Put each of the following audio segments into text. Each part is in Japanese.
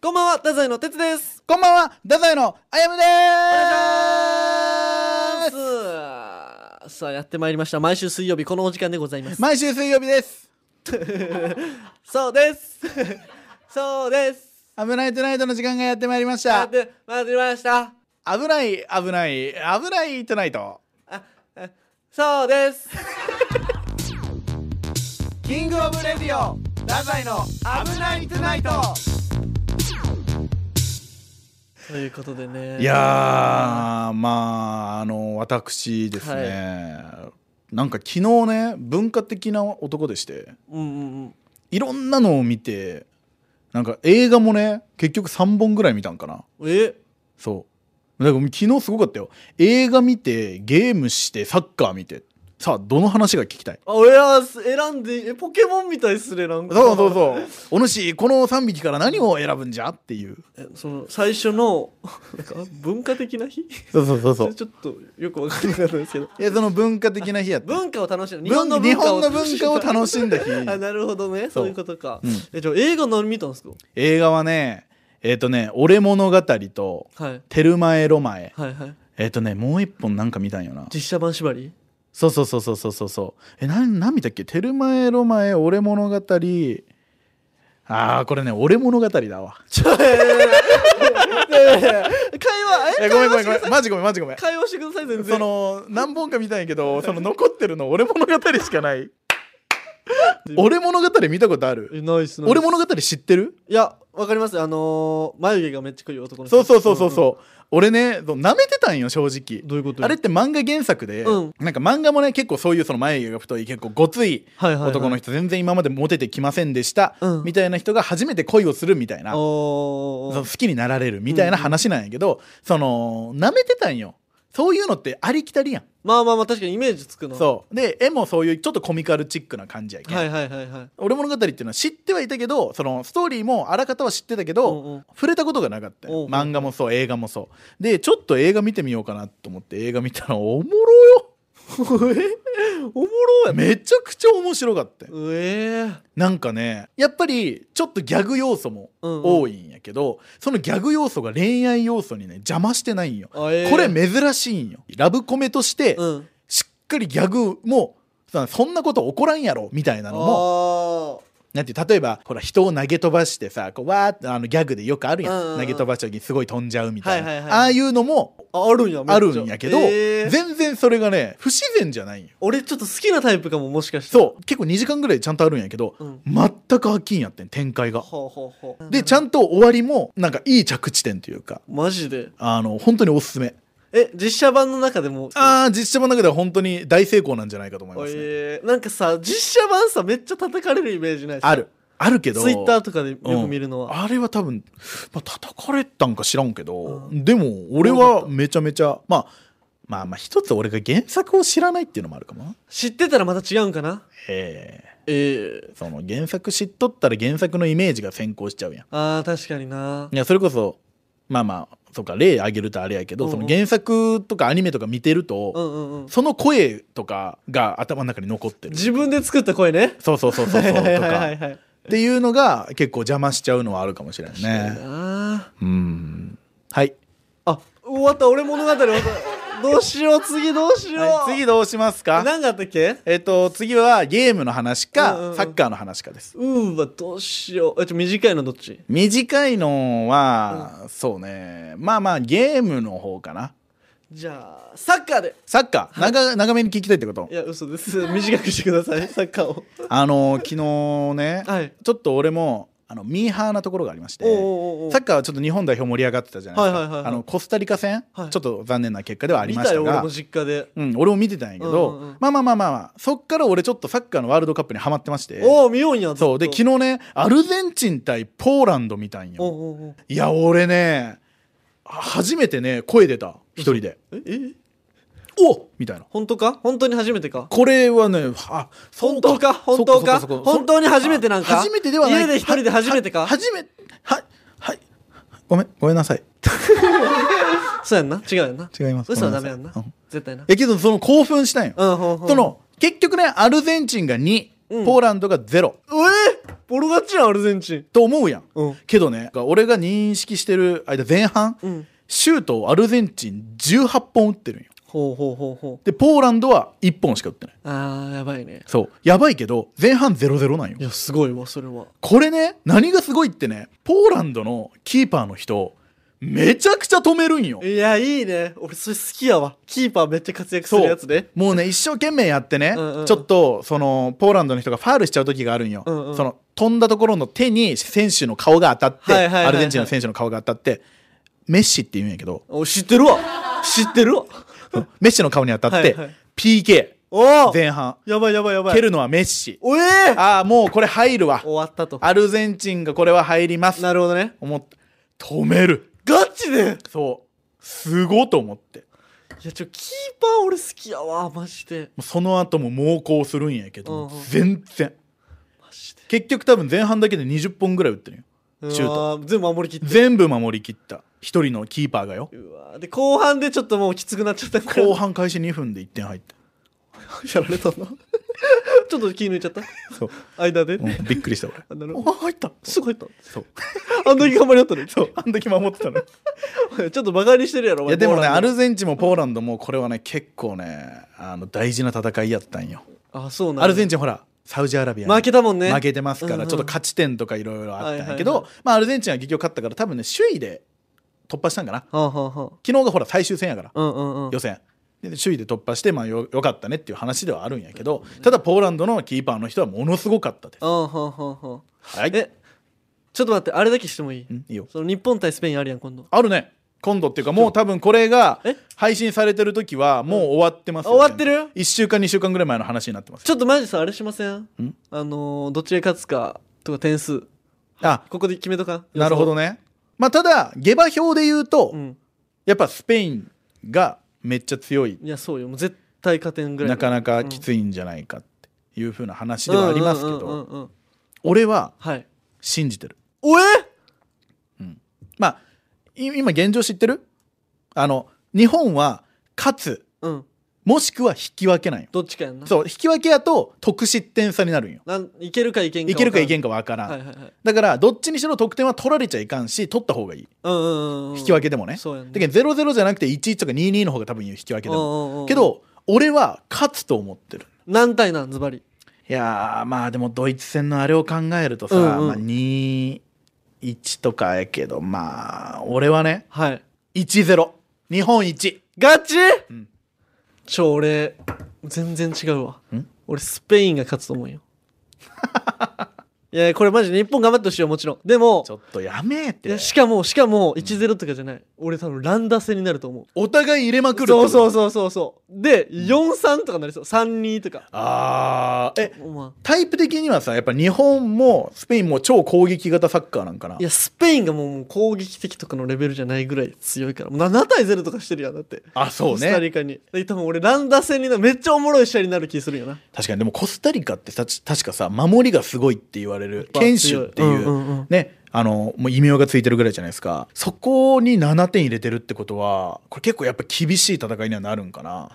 こんばんは、太宰の哲です。 こんばんは、太宰のあやむでお願いします。さあ、やってまいりました。毎週水曜日このお時間でございます。 毎週水曜日です。 そうですそうです。 危ないトゥナイトの時間がやってまいりましやた。 ってまいりました。 危ないトゥナイト。 そうですキングオブレディオ太宰の危ないトゥナイト。 ということでね、 いやー、まあ私ですね、なんか昨日ね、文化的な男でして、いろんなのを見て、なんか映画もね結局3本ぐらい見たんかな。そうだから昨日すごかったよ。映画見て、ゲームして、サッカー見て。さあ、どの話が聞きたい？ いや、選んでポケモンみたいっすね。なんかそうお主この3匹から何を選ぶんじゃっていう、 その最初のなんか文化的な日そうちょっとよく分からなかったんですけど、 いや、その文化的な日やった文化を楽しんだ、 日本の文化を楽しんだ日あ、なるほどね、そういうことか。 じゃあ映画何見たんですか？ 映画はね、俺物語と、テルマエロマエ、もう一本なんか見たんよな。 実写版縛り。 そう何見たっけ？テルマエロマエ、俺物語。これね、俺物語だわ。 会話ごめんマジごめん会話してください。全然その何本か見たんやけど、その残ってるの俺物語しかない俺物語見たことある？ ナイス。 俺物語知ってる？ いや、わかります。眉毛がめっちゃ濃い男の人。 そう俺ね、舐めてたんよ正直。 どういうこと？ あれって漫画原作で、なんか漫画もね結構そういうその眉毛が太い結構ごつい男の人、全然今までモテてきませんでした、みたいな人が初めて恋をするみたいな、その好きになられるみたいな話なんやけど、その舐めてたんよ。そういうのってありきたりやん。 まあ確かにイメージつくな。 そうで、絵もそういうちょっとコミカルチックな感じやけん。俺物語っていうのは知ってはいたけど、そのストーリーもあらかたは知ってたけど、触れたことがなかったよ。漫画もそう、映画もそうで、ちょっと映画見てみようかなと思って映画見たらおもろよおもろや。 めちゃくちゃ面白かった。なんかね、やっぱりちょっとギャグ要素も多いんやけど、そのギャグ要素が恋愛要素にね邪魔してないんよ。これ珍しいんよ。ラブコメとして、しっかりギャグもそんなこと起こらんやろみたいなのも、なんて例えばほら、人を投げ飛ばしてさ、こうわーってギャグでよくあるやん、投げ飛ばした時にすごい飛んじゃうみたいな、ああいうのもあるんやけど、全然それがね不自然じゃないんよ。 俺ちょっと好きなタイプかも。もしかしてそう、結構2時間ぐらいちゃんとあるんやけど、全く飽きんやってん、展開が。でちゃんと終わりもなんかいい着地点というか、 マジで本当におすすめ。 実写版の中でも実写版の中では本当に大成功なんじゃないかと思いますね。 なんかさ、実写版さめっちゃ叩かれるイメージないですか？ あるけど、 ツイッターとかでよく見るのは、 あれは多分、叩かれたんか知らんけど、でも俺はめちゃめちゃまあ一つ俺が原作を知らないっていうのもあるかもな。 知ってたらまた違うんかな。 その原作知っとったら原作のイメージが先行しちゃうやん。 確かにな。 いや、それこそそうか、例挙げるとあれやけど、その原作とかアニメとか見てると、その声とかが頭の中に残ってる。 自分で作った声ね。 そうとかっていうのが結構邪魔しちゃうのはあるかもしれないね。はい。 終わった。俺物語どうしよう。次どうしよう。 次どうしますか？ 何があったっけ？ 次はゲームの話かサッカーの話かです。 どうしよう。短いのどっち？ 短いのは、そうね、ゲームの方かな。 じゃあサッカーで。 サッカー、長めに聞きたいってこと？ いや、嘘です。短くしてください。サッカーを昨日ね、ちょっと俺もミーハーなところがありまして、サッカーはちょっと日本代表盛り上がってたじゃないですか。コスタリカ戦、ちょっと残念な結果ではありましたが、 見たよ俺も実家で。 俺も見てたんやけど、そっから俺ちょっとサッカーのワールドカップにハマってまして。 見ようんや。 そうで、昨日ねアルゼンチン対ポーランド見たんよ。いや、俺ね初めてね声出た、一人で。おみたいな。 本当か？本当に初めてか？ これはね、 本当か？本当に初めてなんか？ 初めてではない。 家で一人で初めてか？ はいごめんなさい。 そうやんな。違うやんな。 違います。 嘘はダメやんな。絶対な。 けどその興奮したんよ。その結局ね、アルゼンチンが2、ポーランドが0。 ボロ勝ちやんアルゼンチンと思うやん、 うん、 けどね俺が認識してる間前半、うん、シュートをアルゼンチン18本打ってるんよ。 ほうほうほうほう。 でポーランドは1本しか打ってない。 あーやばいね。 そうやばいけど前半 0-0 なんよ。 いやすごいわそれは。 これね何がすごいってねポーランドのキーパーの人めちゃくちゃ止めるんよ。 いやいいね俺それ好きやわ。キーパーめっちゃ活躍するやつね。 もうね一生懸命やってね、うんうん、ちょっとそのポーランドの人がファールしちゃう時があるんよ、うんうん、その飛んだところの手に選手の顔が当たって、はいはいはいはい、アルゼンチンの選手の顔が当たってメッシって言うんやけど知ってるわメッシの顔に当たって、はいはい、PK 前半やばい蹴るのはメッシ。ああもうこれ入るわ。 終わったと。 アルゼンチンがこれは入ります。 なるほどね。 思った止める。 ガチで。 そうすごいと思って。 いやキーパー俺好きやわマジで。 その後も猛攻するんやけど、 うんうん、 全然マジで結局多分前半だけで20本ぐらい打ってるよシュート。 全部守りきって。 全部守りきった一人のキーパーがよ。 うわで後半でちょっともうきつくなっちゃったから後半開始2分で1点入ってやられたなちょっと気抜いちゃった。 そう間で、 びっくりした俺。入ったすぐ入った。 そうあんだけ頑張りやったのに。 そうあんだけ守ってたのちょっとバカにしてるやろ。 いやでもねアルゼンチンもポーランドもこれはね結構ね大事な戦いやったんよ。 あそうなんだ。 アルゼンチンほらサウジアラビア負けたもんね。 負けてますから、ちょっと勝ち点とかいろいろあったんやけど、まあアルゼンチンは結局勝ったから多分ね首位で突破したんかな、昨日がほら最終戦やから、予選で首位で突破してまあよかったねっていう話ではあるんやけど、ただポーランドのキーパーの人はものすごかったです。 はい、ちょっと待ってあれだけしてもいい？ いいよ。 その日本対スペインあるやん今度。 あるね今度っていうかもう多分これが配信されてる時はもう終わってますよ、ね、 終わってる 1週間2週間ぐらい前の話になってます。 ちょっとマジさあれしません？どっちが勝つかとか点数ここで決めとか。 なるほどね。まあただ下馬評で言うと、やっぱスペインがめっちゃ強い。 いやそうよもう絶対勝てんぐらいなかなかきついんじゃないかっていう風な話ではありますけど俺は信じてる。まあ今現状知ってる？日本は勝つ、もしくは引き分けなんよ。 どっちかやんな。 そう引き分けやと得失点差になるんよ。 いけるかいけんか分からん、だからどっちにしろ得点は取られちゃいかんし取った方がいい、引き分けでもね。だけど 0-0 じゃなくて 1-1 とか 2-2 の方が多分いい引き分けでも、けど俺は勝つと思ってる。 何対何ズバリ？ いやまあでもドイツ戦のあれを考えるとさ、まあ、2-1とかやけどまあ俺はね、1-0 日本一。 ガチ？俺全然違うわ。俺スペインが勝つと思うよいやこれマジで日本頑張ってほしいよもちろん。でもちょっとやめえって。 いやしかも 1-0 とかじゃない、俺多分乱打戦になると思う。 お互い入れまくる。 そうで 4-3 とかなりそう。3-2 とか。 タイプ的にはさやっぱ日本もスペインも超攻撃型サッカーなんかな。 いやスペインがもう攻撃的とかのレベルじゃないぐらい強いから。もう7-0とかしてるやんだって。 そうね。 コスタリカに多分俺乱打戦にめっちゃおもろい試合になる気するよな。 確かに。でもコスタリカって確かさ守りがすごいって言われる堅守っていうね、もう異名がついてるぐらいじゃないですか。そこに7点入れてるってことはこれ結構やっぱ厳しい戦いにはなるんかな。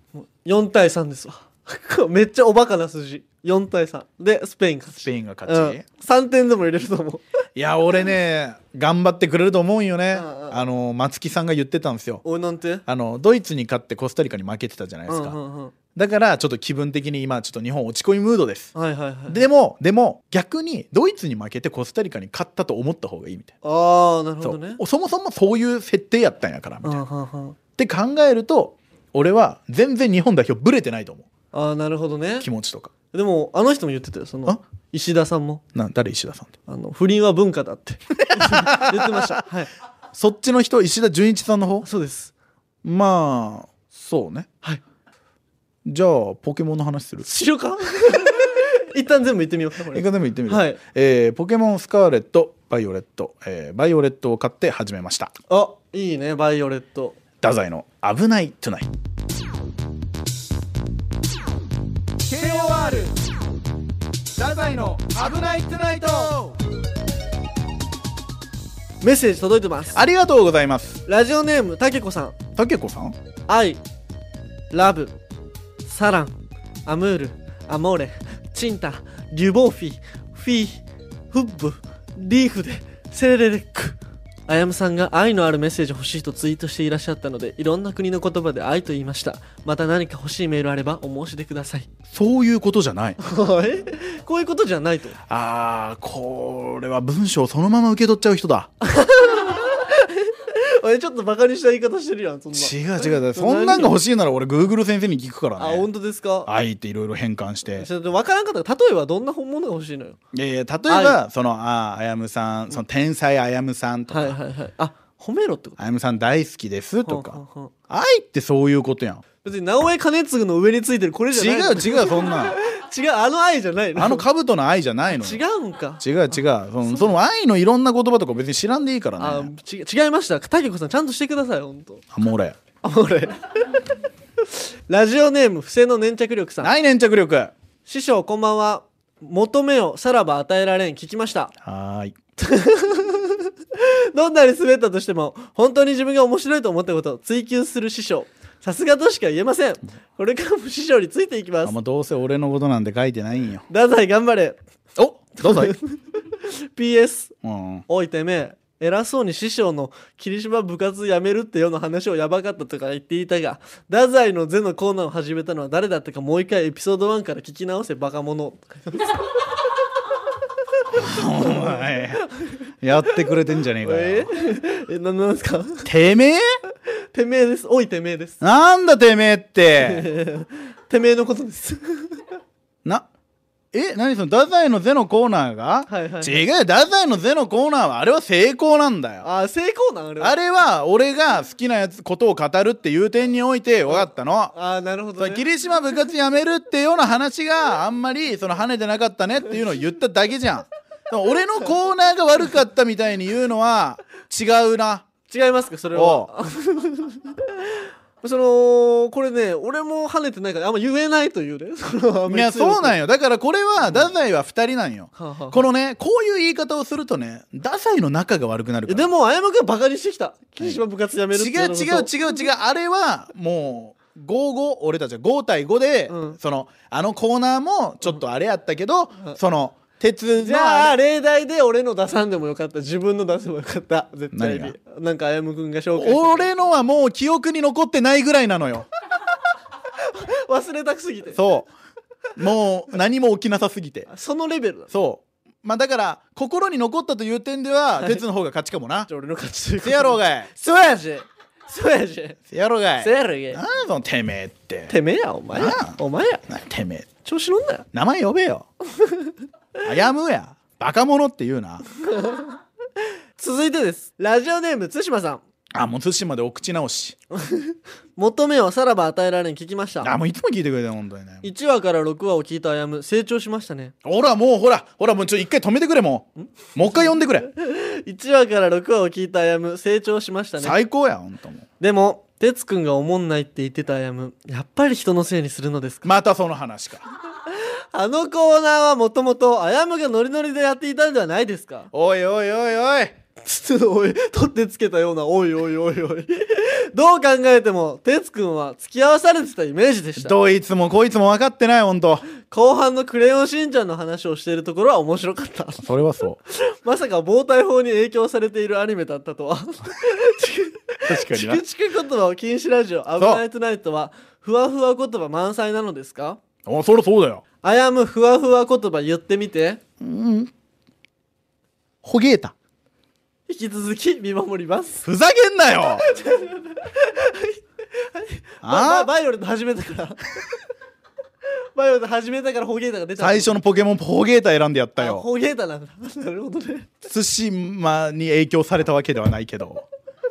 4-3ですわめっちゃおバカな数字。4-3でスペイン勝ち。 スペインが勝ち、 3点でも入れると思ういや俺ね頑張ってくれると思うんよね。松木さんが言ってたんですよ。 なんて？ ドイツに勝ってコスタリカに負けてたじゃないですか、だからちょっと気分的に今ちょっと日本落ち込みムードです、でも逆にドイツに負けてコスタリカに勝ったと思った方がいいみたいな。 なるほどね。 そもそもそういう設定やったんやからみたいな、って考えると俺は全然日本代表ブレてないと思う。 なるほどね。 気持ちとか。 でもあの人も言ってたよ。石田さんも。 誰石田さんって？ 不倫は文化だって言ってました。 そっちの人石田純一さんの方？ そうです。 まあそうね。じゃあポケモンの話する？ しようか一旦全部言ってみようか。 一旦全部言ってみる。ポケモンスカーレットバイオレット、バイオレットを買って始めました。 いいねバイオレット。 太宰の危ないトゥナイト。 KOR 太宰の危ないトゥナイト。 メッセージ届いてます。 ありがとうございます。 ラジオネームたけこさん。愛、ラブ、サラン、アムール、アモーレ、チンタ、リュボーフィ、フィ、 フッブリーフでセレレレック。あやむさんが愛のあるメッセージ欲しいとツイートしていらっしゃったので、いろんな国の言葉で愛と言いました。また何か欲しいメールあればお申し出ください。 そういうことじゃないこういうことじゃないと。 これは文章をそのまま受け取っちゃう人だ。 ちょっとバカにした言い方してるやん。そんな違うそんなんが欲しいなら俺 Google 先生に聞くからね。 本当ですか。 愛っていろいろ変換して分からんかったら、例えばどんな本物が欲しいのよ。 例えばそのあやむさん、その天才あやむさんとか、 褒めろってこと。 あやむさん大好きですとか、愛ってそういうことやん。 別に直江兼続の上についてるこれじゃない。 違うそんな違う、あの愛じゃないの。 あの兜の愛じゃないの。 違うんか。 違うその愛のいろんな言葉とか別に知らんでいいからね。 違いました。たけこさんちゃんとしてください。本当。 俺ラジオネーム布施の粘着力さん。 ない粘着力。 師匠こんばんは。求めをさらば与えられん聞きました。 はーい。 どんなに滑ったとしても本当に自分が面白いと思ったことを追求する師匠、さすがとしか言えません。これからも師匠についていきます。 どうせ俺のことなんて書いてないんよ。 太宰頑張れ。 どうぞ。 PS、おいてめえ、偉そうに師匠の霧島部活やめるってような話をやばかったとか言っていたが、太宰のゼのコーナーを始めたのは誰だったかもう一回エピソード1から聞き直せバカ者。 お前やってくれてんじゃねえかよ。 なんですか。 てめえです。おいてめえです。 なんだてめえっててめえのことです。 何その太宰のゼのコーナーが、違う、太宰のゼのコーナーはあれは成功なんだよ。 成功なんあれは俺が好きなことを語るっていう点において分かったの。 なるほどね。 霧島部活やめるっていうような話があんまり跳ねてなかったねっていうのを言っただけじゃん。俺のコーナーが悪かったみたいに言うのは違うな。 違いますかそれは。これね、俺も跳ねてないからあんま言えないというね。 いやそうなんよ。だからこれは太宰は2人なんよ。このね、こういう言い方をするとね、太宰の仲が悪くなるから。 でもあやむくんバカにしてきた。霧島部活やめるっていうの。 違う。あれはもう5-5、俺たちは5対5で、あのコーナーもちょっとあれやったけど、鉄のじゃあ例題で俺の出さんでもよかった。自分の出せばよかった。絶対に。なんかあやむくんが紹介して。 俺のはもう記憶に残ってないぐらいなのよ。 忘れたくすぎて。 そうもう何も起きなさすぎて。 そのレベルだ。 だから心に残ったという点では鉄の方が勝ちかもな。 俺の勝ちというせやろうがい。 そうやしせやろうがい。 せやろがい。 なんそのてめえって。 てめえやお前や。 てめえ調子乗んなよ。 名前呼べよ。あやむやバカ者って言うな。 続いてです。ラジオネーム対馬さん。 もう対馬でお口直し。 求めをさらば与えられん聞きました。 もういつも聞いてくれた本当にね。 1話から6話を聞いたあやむ成長しましたね。 ほらもう一回止めてくれ。もう一回呼んでくれ。 1話から6話を聞いたあやむ成長しましたね。 最高や本当も。 でも哲くんがおもんないって言ってたあやむ、やっぱり人のせいにするのですか。 またその話か。 あのコーナーはもともとあやむがノリノリでやっていたんではないですか。 おい取ってつけたようなおいどう考えても哲くんは付き合わされてたイメージでした。 どいつもこいつも分かってない本当。 後半のクレヨンしんちゃんの話をしているところは面白かった。 それはそうまさか暴対法に影響されているアニメだったとは。 確かにな。 チクチク言葉を禁止ラジオ危ないトゥナイトはふわふわ言葉満載なのですか。 そりゃそうだよ。 あやむふわふわ言葉言ってみて。 ほげーた。 引き続き見守ります。 ふざけんなよ。 バイオレット始めたからホゲータが出た。 最初のポケモンホゲータ選んでやったよ。 ホゲータなんだ。なるほどね。 対馬に影響されたわけではないけど。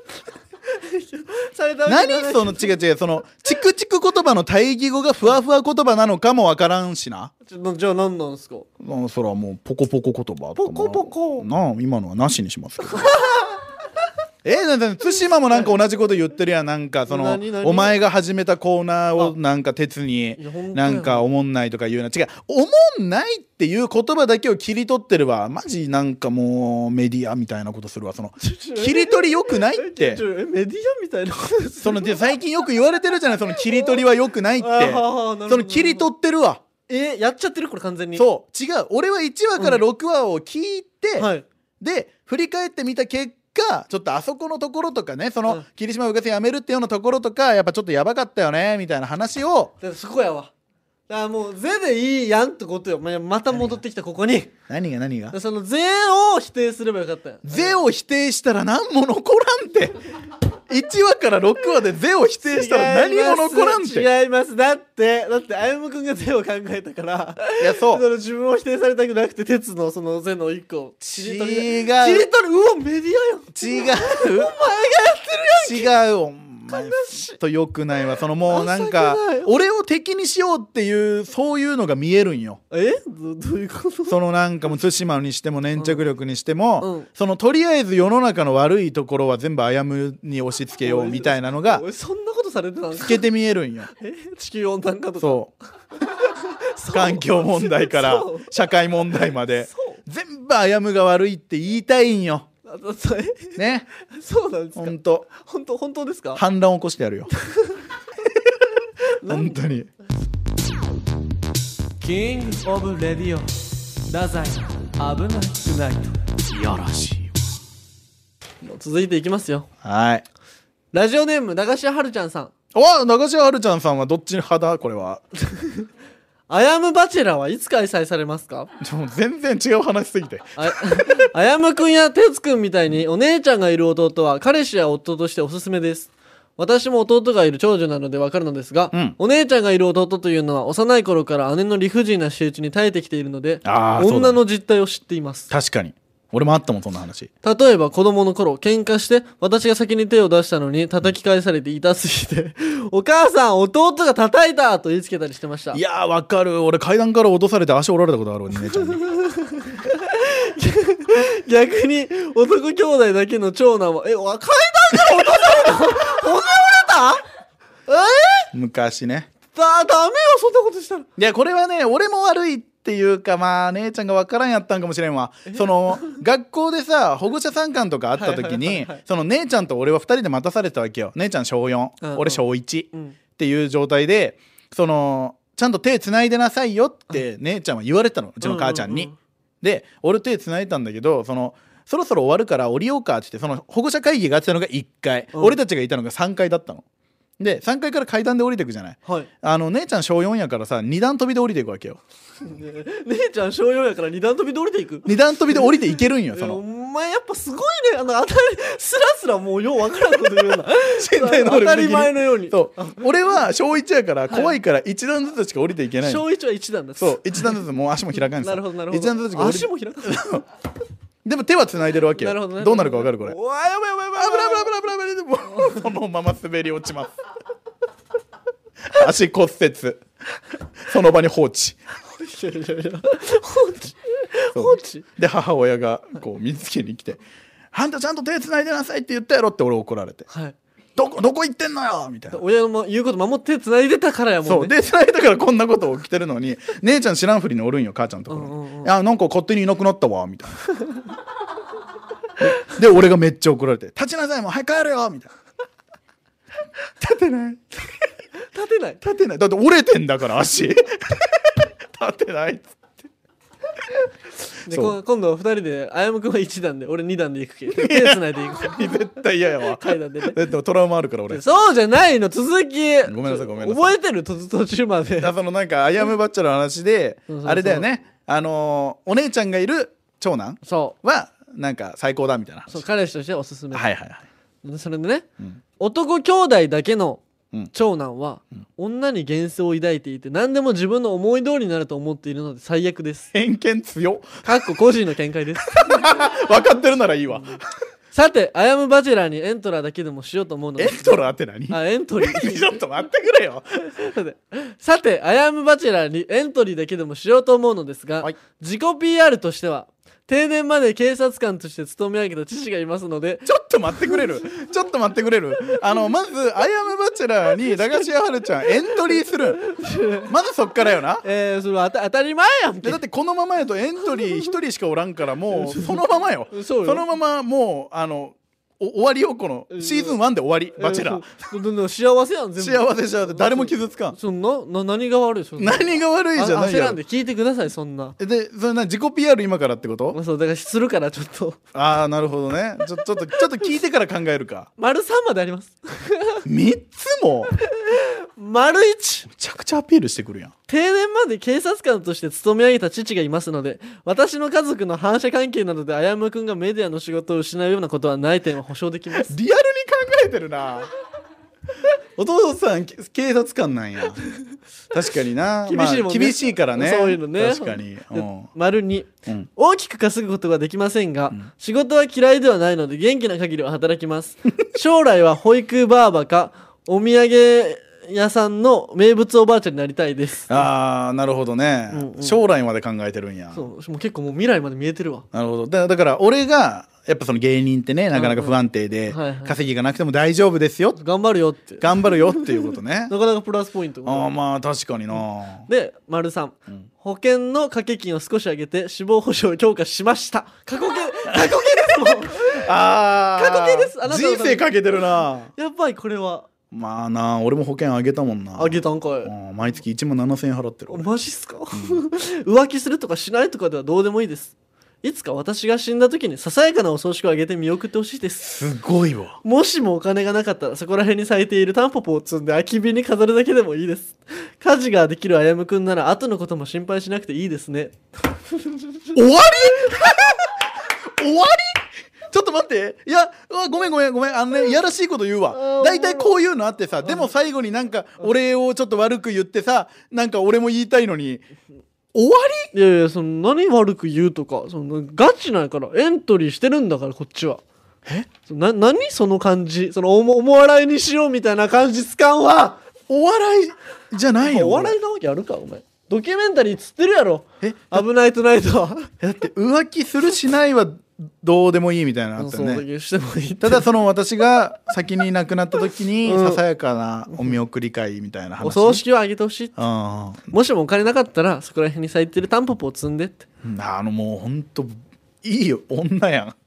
何その違うそのチクチク言葉の対義語がふわふわ言葉なのかもわからんしな。 じゃあ何なんですか。 それはもうポコポコ言葉ポコポコ今のはなしにしますけど。対馬もなんか同じこと言ってるやん。なんかそのお前が始めたコーナーをなんか鉄になんかおもんないとか言うな。違う、おもんないっていう言葉だけを切り取ってればマジなんかもうメディアみたいなことするわ。その切り取りよくないって。 メディアみたいな最近よく言われてるじゃない。その切り取りはよくないって。その切り取ってるわ。 やっちゃってるこれ完全に。 そう違う、俺は1話から6話を聞い 、 はい、 で振り返ってみた結果ちょっとあそこのところとかね、その霧島部活やめるっていうようなところとかやっぱちょっとやばかったよねみたいな話を。 そこやわ。だからもうゼでいいやんってことよ。また戻ってきたここに。 何がそのゼを否定すればよかったよ。 ゼを否定したら何も残らんって1話から6話でゼを否定したら何も残らんって。 違います。だってあやむくんがゼを考えたから、 いやそうその自分を否定されたくなくて鉄のそのゼの1個を違ううわメディアやん。 違うお前がやってるやん。違うお前とよくないわ。そのもうなんか俺を敵にしようっていうそういうのが見えるんよ。 どういうこと？ そのなんかもう対馬にしても粘着力にしても、 うん、 そのとりあえず世の中の悪いところは全部あやむに押し付けようみたいなのがそんなことされてたん透けて見えるんよ。 地球温暖化とかそう環境問題から社会問題まで全部あやむが悪いって言いたいんよ。ね、 そうなんですか。本当ですか。 反乱起こしてやるよ本当に。 キングオブレディオ太宰危なくないいやらしい。 続いていきますよ。 はい。 ラジオネーム駄菓子屋はるちゃんさん。 駄菓子屋はるちゃんさんはどっち派だこれはあやむバチェラーはいつ開催されますか？ もう全然違う話すぎてあやむくんやてつくんみたいにお姉ちゃんがいる弟は彼氏や夫としておすすめです。私も弟がいる長女なのでわかるのですが、お姉ちゃんがいる弟というのは幼い頃から姉の理不尽な仕打ちに耐えてきているので、女の実態を知っています。 確かに俺もあったもんそんな話。 例えば子供の頃喧嘩して私が先に手を出したのに叩き返されて痛すぎてお母さん弟が叩いたと言いつけたりしてました。 いやーわかる。俺階段から落とされて足折られたことあるわ姉ちゃんに逆に男兄弟だけの長男は階段から落とされた骨折れた昔ね。 ダメよそんなことしたら。いやこれはね俺も悪いっていうかまあ姉ちゃんが分からんやったんかもしれんわ。その学校でさ保護者参観とかあった時にその姉ちゃんと俺は2人で待たされたわけよ。姉ちゃん小4、俺小1、っていう状態でそのちゃんと手つないでなさいよって姉ちゃんは言われたのうちの母ちゃんに。で俺手つないだんだけどそろそろ終わるから降りようかって言ってその保護者会議があったのが1階、俺たちがいたのが3階だったの。で3階から階段で降りていくじゃない、 はい、 姉ちゃん小4やからさ2段跳びで降りていくわけよ姉ちゃん小4やから2段跳びで降りていく。 2段跳びで降りていけるんよそのお前やっぱすごいね。当たりスラスラもうようわからんこと言うな身体能力的に当たり前のように。 そう俺は小1やから怖いから1段ずつしか降りていけない。 小1は1段だ。 そう1段ずつもう足も開かんすなるほどなるほど。 1段ずつしか降りて足も開かんでも手は繋いでるわけよ。どうなるか分かるこれ。 うわやばいやばいやばい。 危ない危ない危ない。そのまま滑り落ちます足骨折その場に放置放置で母親がこう見つけに来て「あんたちゃんと手繋いでなさいって言ったやろ」って俺怒られて、 はい、 どこ行ってんのよみたいな。 親の言うこと守って繋いでたからやもんね。 そうで繋いでたからこんなこと起きてるのに姉ちゃん知らんふりにおるんよ母ちゃんのところに。いやなんか勝手にいなくなったわみたいなで俺がめっちゃ怒られて「立ちなさいもうはい帰るよ」みたいな立てない立てないだって折れてんだから足立てないっつってで今度2人であやむくんは1段で俺2段で行くけ手つないで行く絶対嫌やわ階段でね。 でもトラウマあるから俺。 そうじゃないの続きごめんなさい覚えてる途中まで。 そのなんかあやむばっちゃの話であれだよねお姉ちゃんがいる長男はなんか最高だみたいな。 そう彼氏としておすすめ。 はいはいはい。 それでね、男兄弟だけの長男は女に幻想を抱いていて何でも自分の思い通りになると思っているので最悪です。 偏見強かっこ個人の見解です分かってるならいいわさてあやむバチェラーにエントラーだけでもしようと思うのです。 エントラーって何？ エントリーちょっと待ってくれよさてあやむバチェラーにエントリーだけでもしようと思うのですが、自己 PR としては定年まで警察官として勤め上げた父がいますので。 ちょっと待ってくれるまずあやむバチェラーに駄菓子屋はるちゃんエントリーするまずそっからよな。 それは当たり前やんけ。 だってこのままやとエントリー1人しかおらんからもうそのままよそのままもう終わりよ、このシーズン1で終わり、バチェラー幸せやん全部。 幸せ誰も傷つかん。 そんな何が悪い、そんな何が悪いじゃないやろ。 焦らんで聞いてください。そんなでそれ自己 PR 今からってこと？ そうだからするからちょっとああなるほどね。ちょっと聞いてから考えるか。 丸3まであります 3つも丸1。 めちゃくちゃアピールしてくるやん。 定年まで警察官として勤め上げた父がいますので、私の家族の反射関係などであやむくんがメディアの仕事を失うようなことはない点は保証できます。 リアルに考えてるなお父さん警察官なんや。確かにな。 厳しいもんね、 厳しいからね。 そういうのね。 確かに。 丸2、大きく稼ぐことはできませんが、仕事は嫌いではないので元気な限りは働きます将来は保育バーバかお土産屋さんの名物おばあちゃんになりたいです。 ああなるほどね、将来まで考えてるんや。 そうもう結構もう未来まで見えてるわ。 なるほど。だから俺がやっぱその芸人ってねなかなか不安定で稼ぎがなくても大丈夫ですよ、 頑張るよっていうことねなかなかプラスポイント。 ああまあ確かにな。 で丸3、保険の掛け金を少し上げて死亡保障を強化しました。過去形ですもんああ過去形です。あなたの人生かけてるな。 やっぱりこれはまあな、俺も保険あげたもんな。 あげたんかい。 毎月1万7000円払ってる。 マジっすか、浮気するとかしないとかではどうでもいいです。いつか私が死んだ時にささやかなお葬式をあげて見送ってほしいです。 すごいわ。 もしもお金がなかったらそこら辺に咲いているタンポポを摘んで空き瓶に飾るだけでもいいです。家事ができるあやむくんなら後のことも心配しなくていいですね。 終わり終わり。ちょっと待って。いやごめんいやらしいこと言うわ。だいたいこういうのあってさ、でも最後になんかお礼をちょっと悪く言ってさ、なんか俺も言いたいのに終わり。 いやその何悪く言うとか、そのガチなんやからエントリーしてるんだからこっちは。何その感じ、そのお笑いにしようみたいな感じつかんわ。 お笑いじゃないよ。 お笑いなわけあるかお前。ドキュメンタリーつってるやろ。危ないトゥナイトは。 だって浮気するしないはどうでもいいみたいなのあったよね。 してもいい。 ただその私が先に亡くなった時にささやかなお見送り会みたいな話、 お葬式をあげてほしいって。もしもお金なかったらそこら辺に咲いてるタンポポを摘んでって。 もうほんといいよ女やん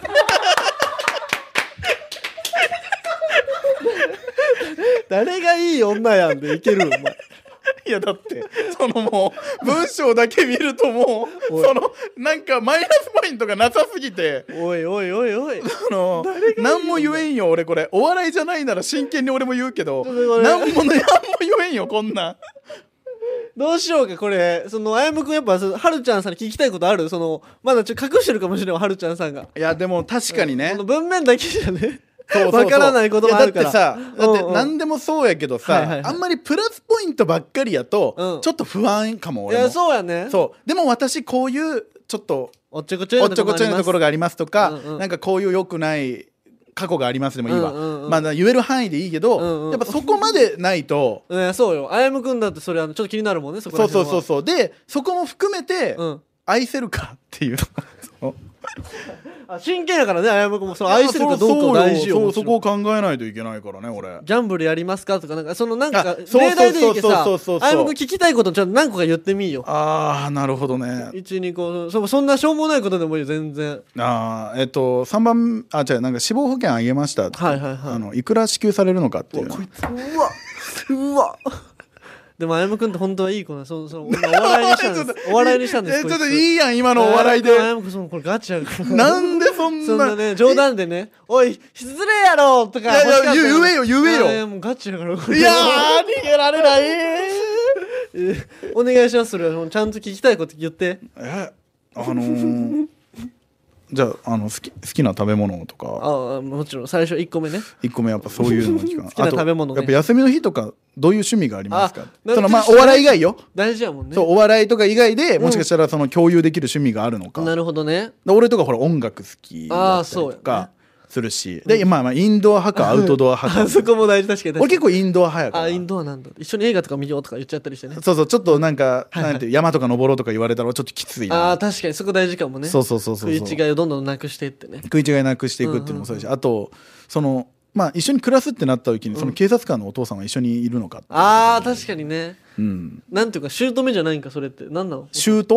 誰がいい女やんでいけるお前。 いやだってそのもう文章だけ見るともうそのなんかマイナスポイントがなさすぎて、 おい何も言えんよ俺。これお笑いじゃないなら真剣に俺も言うけど何も言えんよこんなん。 どうしようかこれ。そのあやむくんやっぱはるちゃんさんに聞きたいことある？そのまだちょっと隠してるかもしれんわはるちゃんさんが。 いやでも確かにね、 この文面だけじゃねわからないこともあるから。 だって何でもそうやけどさ、あんまりプラスポイントばっかりやとちょっと不安かも俺も。 いやそうやね。 でも私こういうちょっとおっちょこちょいなところがありますとか、なんかこういう良くない過去がありますでもいいわ、まあ言える範囲でいいけど、やっぱそこまでないとそうよ。あやむくんだってそれちょっと気になるもんね。そこら辺はそうでそこも含めて愛せるかっていう真剣やからね。あやむくんもその愛せるかどうか大事よ。 そこを考えないといけないからね俺。 ギャンブルやりますかとかなんかそのなんか例題でいいけどさ、あやむくん聞きたいことちょっと何個か言ってみいよ。 なるほどね。 12個そんなしょうもないことでもいいよ全然。 3番なんか死亡保険あげましたって、いくら支給されるのかっていう。 こいつうわでもあやむくんって本当はいい子な。お笑いにしたんです。お笑いにしたんです。 ちょっといいやん今のお笑いで。 あやむくんこれガチやから。 なんでそんなね冗談でねおい失礼やろとか。 言えよ。 いやもうガチやから。 いや逃げられないお願いします。それはちゃんと聞きたいこと言って。 じゃあ好きな食べ物とか。 もちろん最初1個目ね。 1個目やっぱそういうの聞か好きな食べ物ね。 やっぱ休みの日とかどういう趣味がありますか。お笑い以外よ。 大事やもんね。 お笑いとか以外でもしかしたらその共有できる趣味があるのか。 なるほどね。 俺とかほら音楽好きだったりとかするし、でインドア派かアウトドア派か。 そこも大事。確かに俺結構インドア派やから。 インドアなんだ。一緒に映画とか見ようとか言っちゃったりしてね。 ちょっとなんかなんて山とか登ろうとか言われたらちょっときついな。 確かにそこ大事かもね。食い違いをどんどんなくしていってね。 食い違いなくしていくっていうのもそうだし、あと一緒に暮らすってなった時にその警察官のお父さんは一緒にいるのかって。 確かにね。なんていうか姑じゃないんかそれって。何なの？ 姑？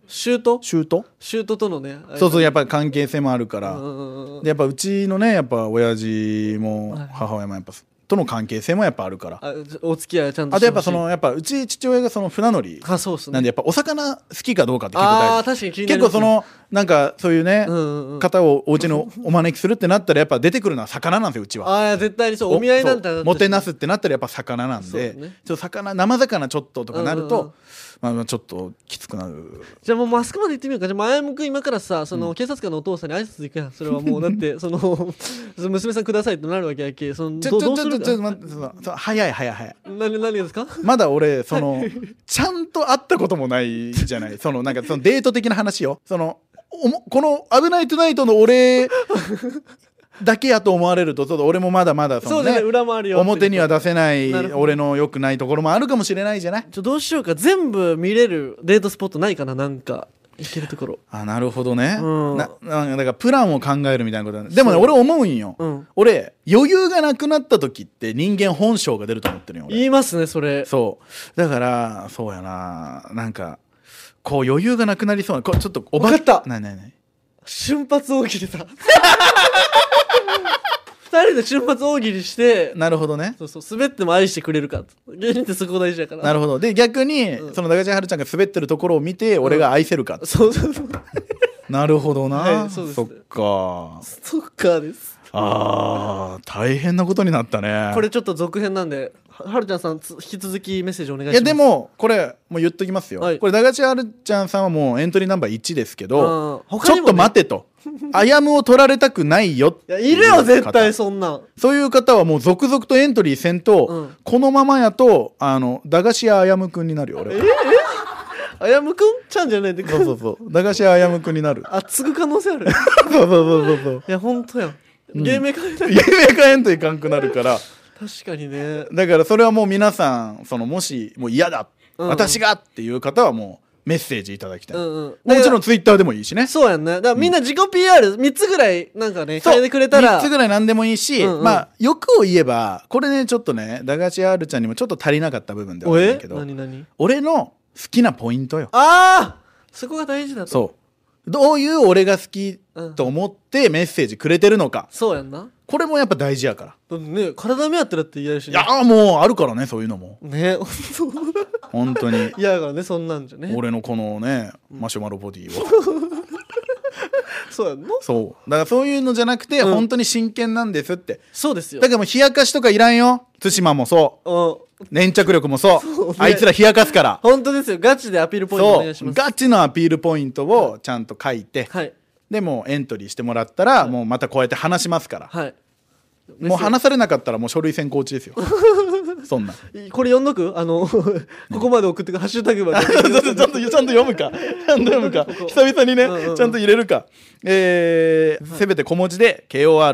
シュートシュートとのねそうやっぱり関係性もあるから、でやっぱうちのねやっぱ親父も母親もやっぱとの関係性もやっぱあるから、 お付き合いはちゃんとあとやっぱやっぱうち父親がその船乗りなんでやっぱお魚好きかどうかって結構大事。 確かに気にな結りますね。 構なんかそういうね、方をお家のお招きするってなったらやっぱ出てくるのは魚なんですようちは。 絶対にそう。お見合いなんだもてなすってなったらやっぱ魚なんで、ちょっと生魚ちょっととかなると、まあちょっときつくなる。 じゃあもうマスクまで行ってみようか。じゃああやむくん今からさ警察官のお父さんに挨拶行くやん。それはもうだって娘さんくださいってなるわけやけ。どうするちょっと待って早い。 何ですか？ まだ俺ちゃんと会ったこともないじゃない。なんかデート的な話よ。この危ないトゥナイトの俺だけやと思われるとちょっと俺もまだまだ裏もあるよ。 表には出せない俺の良くないところもあるかもしれないじゃない。 どうしようか。全部見れるデートスポットないかな。なんか行けるところ。 なるほどね。だからプランを考えるみたいなことだね。でもね俺思うんよ。俺余裕がなくなった時って人間本性が出ると思ってるよ。 言いますねそれ。 そうだからそうやな。なんかこう余裕がなくなりそうなちょっと分かった。 何瞬発大喜利だ。2人で瞬発大喜利して。 なるほどね。 滑っても愛してくれるか。芸人ってそこ大事だから。 なるほど。で逆にその中島はるちゃんが滑ってるところを見て俺が愛せるか。 そうなるほどな。そっかです。 大変なことになったね。 これちょっと続編なんではるちゃんさん引き続きメッセージお願いします。 いやでもこれもう言っときますよ。これ中島はるちゃんさんはもうエントリーナンバー1ですけど、ちょっと待てと。あやむを取られたくないよ。 いるよ絶対そんな。 そういう方はもう続々とエントリーせんと、このままやと駄菓子屋あやむくんになるよ俺は。 あやむくんちゃんじゃないで。 そう駄菓子屋あやむくんになる。 継ぐ可能性ある。 そういやほんとやん。芸名変えんといかんくなるから。 確かにね。 だからそれはもう皆さんもしもう嫌だ、私がっていう方はもうメッセージいただきたい。もちろんツイッターでもいいしね。 そうやんね。だからみんな自己 PR3 つぐらいなんかね変えてくれたら 3つぐらいなんでもいいし、まあ欲を言えばこれねちょっとね駄菓子屋あるちゃんにもちょっと足りなかった部分ではあるんだけど、俺の好きなポイントよ。 そこが大事だと。 そうどういう俺が好きと思ってメッセージくれてるのか。 そうやんな。 これもやっぱ大事やから。 だってね体目当てだって嫌やしね。 いやもうあるからねそういうのもね。 本当に嫌やからねそんなんじゃね。 俺のこのねマシュマロボディをそうやんの。 そうだからそういうのじゃなくて本当に真剣なんですって。 そうですよ。 だからもう冷やかしとかいらんよ。対馬もそう粘着力もそうあいつら冷やかすから。 本当ですよ。ガチでアピールポイントお願いします。 ガチのアピールポイントをちゃんと書いて、でもエントリーしてもらったらもうまたこうやって話しますから。もう話されなかったらもう書類選考中ですよ。そんなこれ読んどくここまで送ってくハッシュタグまでちゃんと読むか久々にねちゃんと入れるか。せめて小文字で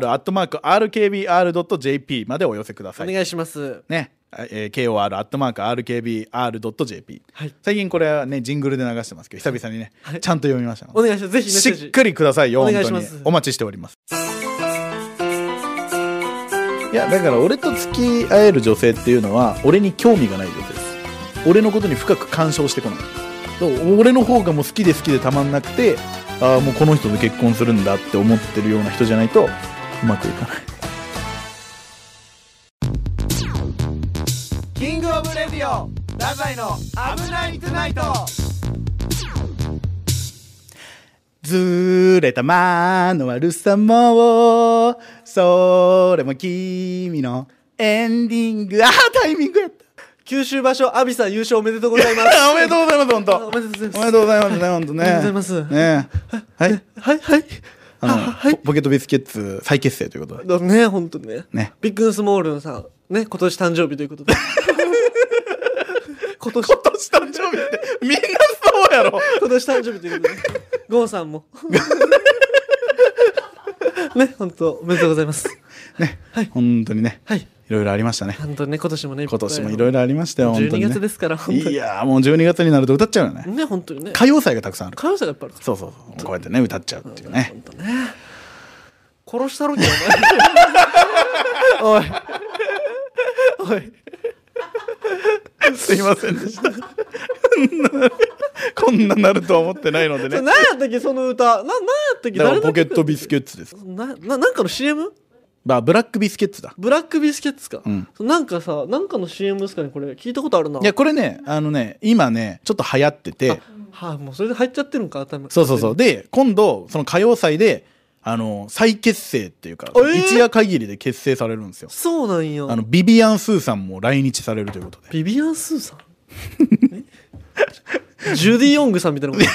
kor@rkbr.jp までお寄せください。 お願いしますね。kor@rkbr.jp。最近これはねジングルで流してますけど久々にねちゃんと読みました。 お願いします。ぜひメッセージしっかりくださいよ。本当にお待ちしております。いやだから俺と付き合える女性っていうのは俺に興味がない女性です。俺のことに深く干渉してこない。俺の方がもう好きでたまんなくてもうこの人と結婚するんだって思ってるような人じゃないとうまくいかない。 キングオブレディオ太宰の危ないトゥナイト。 ずれた間の悪さもそれも君のエンディング。タイミングやった。 九州場所阿ビさん優勝おめでとうございます。 おめでとうございます。本当おめでとうございます。 おめでとうございますね。本当ね。 おめでとうございますね。はいはいポケットビスケッツ再結成ということでね。本当ね。 ビッグスモールンさんね今年誕生日ということで。今年誕生日ってみんなそうやろ。 今年誕生日ということでゴーさんもね本当おめでとうございますね。本当にねいろいろありましたね。 本当にね今年もね今年もいろいろありましたよ。 12月ですから本当に。いやもう12月になると歌っちゃうよね。 ね本当にね歌謡祭がたくさんある。 歌謡祭がいっぱいある。 そうこうやってね歌っちゃうっていうね。 本当ね殺したろけお前おいすいませんでした。 こんななるとは思ってないのでね。 何やったっけその歌、なんやったっけ。 だからポケットビスケッツです。 なんかの CM？ まあブラックビスケッツだ。 ブラックビスケッツか、 うん、 なんかさ、なんかの CM ですかね、これ聞いたことあるな。 いやこれね、今ねちょっと流行ってて、 もうそれで入っちゃってるんか頭。 そうで今度その歌謡祭で再結成っていうか、一夜限りで結成されるんですよ。 そうなんよ。 ビビアン・スーさんも来日されるということで。 ビビアン・スーさんジュディ・ヨングさんみたいなこと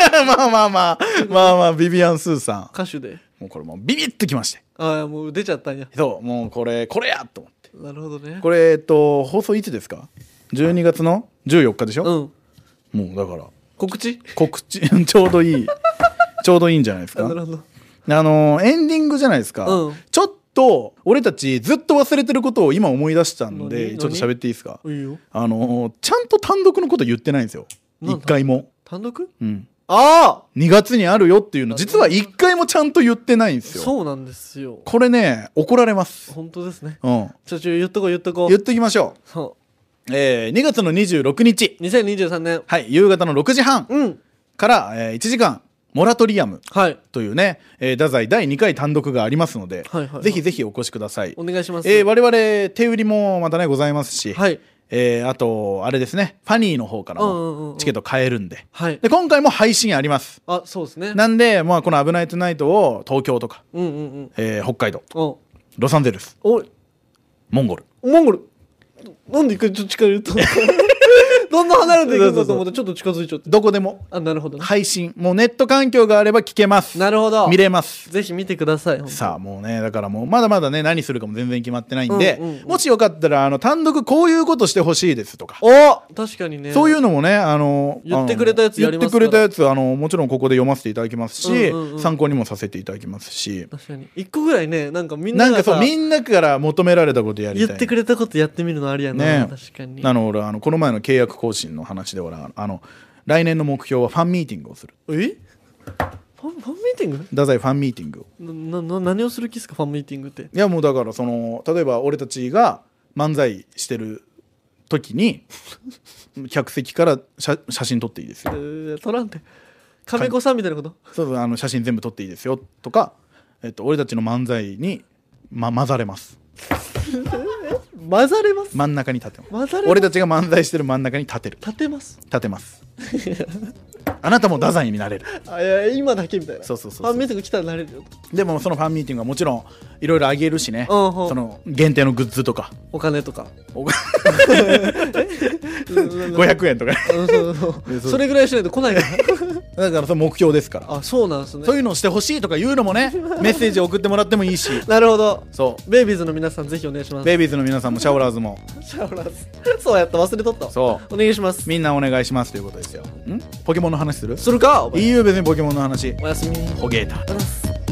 まあビビアン・スーさん歌手でもうこれもうビビッときまして、 もう出ちゃったんや。 そうもうこれやと思って。 なるほどね。 これ放送いつですか？12月の14日でしょ。もうだから告知ちょうどいいんじゃないですか。 なるほど。 エンディングじゃないですか、ちょっと俺たちずっと忘れてることを今思い出したんでちょっと喋っていいですか？いいよ。ちゃんと単独のこと言ってないんですよ、一回も。 単独 ？2月にあるよっていうの実は一回もちゃんと言ってないんですよ。 そうなんですよ。 これね怒られます。 本当ですね。 言っとこう言っときましょう。2月の26日 2023年、 夕方の6時半から、1時間モラトリアムというね、太宰第2回単独がありますので、ぜひぜひお越しください。 お願いします。 我々手売りもまたねございますし、あとあれですね、ファニーの方からもチケット買えるんで、で今回も配信あります。 そうですね。 なんで、この「危ないトゥナイト」を東京とか、北海道、ロサンゼルス、モンゴルなんで一回ちょっと近寄ったのどんどん離れていくかと思ってちょっと近づいちゃって。どこでもなるほど、 配信もうネット環境があれば聞けます。 なるほど、 見れます。 ぜひ見てください。 さあもうね、だからもうまだまだね何するかも全然決まってないんで、もしよかったら単独こういうことしてほしいですとか、 確かにね、 そういうのもね言ってくれたやつやりますから。 言ってくれたやつもちろんここで読ませていただきますし、参考にもさせていただきますし。 確かに1個ぐらいね、なんかみんながさみんなから求められたことやりたい、 言ってくれたことやってみるのありやな、確かに。 俺この前の契約更新の話で来年の目標はファンミーティングをする。 ファンミーティング？ 太宰ファンミーティングを何をする気ですか、ファンミーティングって。いやもうだから例えば俺たちが漫才してる時に客席から写真撮っていいですよ。 撮らんて亀子さんみたいなこと。 そう写真全部撮っていいですよとか、俺たちの漫才に、混ざれます混ざれます。 真ん中に立てます。俺たちが漫才してる真ん中に立てる。 立てますあなたも太宰になれる。 いや今だけみたいな。 そうファンミーティング来たらなれるよ。 でもそのファンミーティングはもちろんいろいろあげるしね、その限定のグッズとかお金とか 500円とかそれぐらいしないと来ないからだからそれ目標ですから。 そうなんですね。 そういうのをしてほしいとかいうのもねメッセージ送ってもらってもいいし。 なるほど。 そうベイビーズの皆さんぜひお願いします。 ベイビーズの皆さんもシャオラーズもそうやった忘れとった。そうお願いします。 みんなお願いしますということですよ。ポケモンの話するか。 いいよ別にポケモンの話。 おやすみ。 ホゲーター。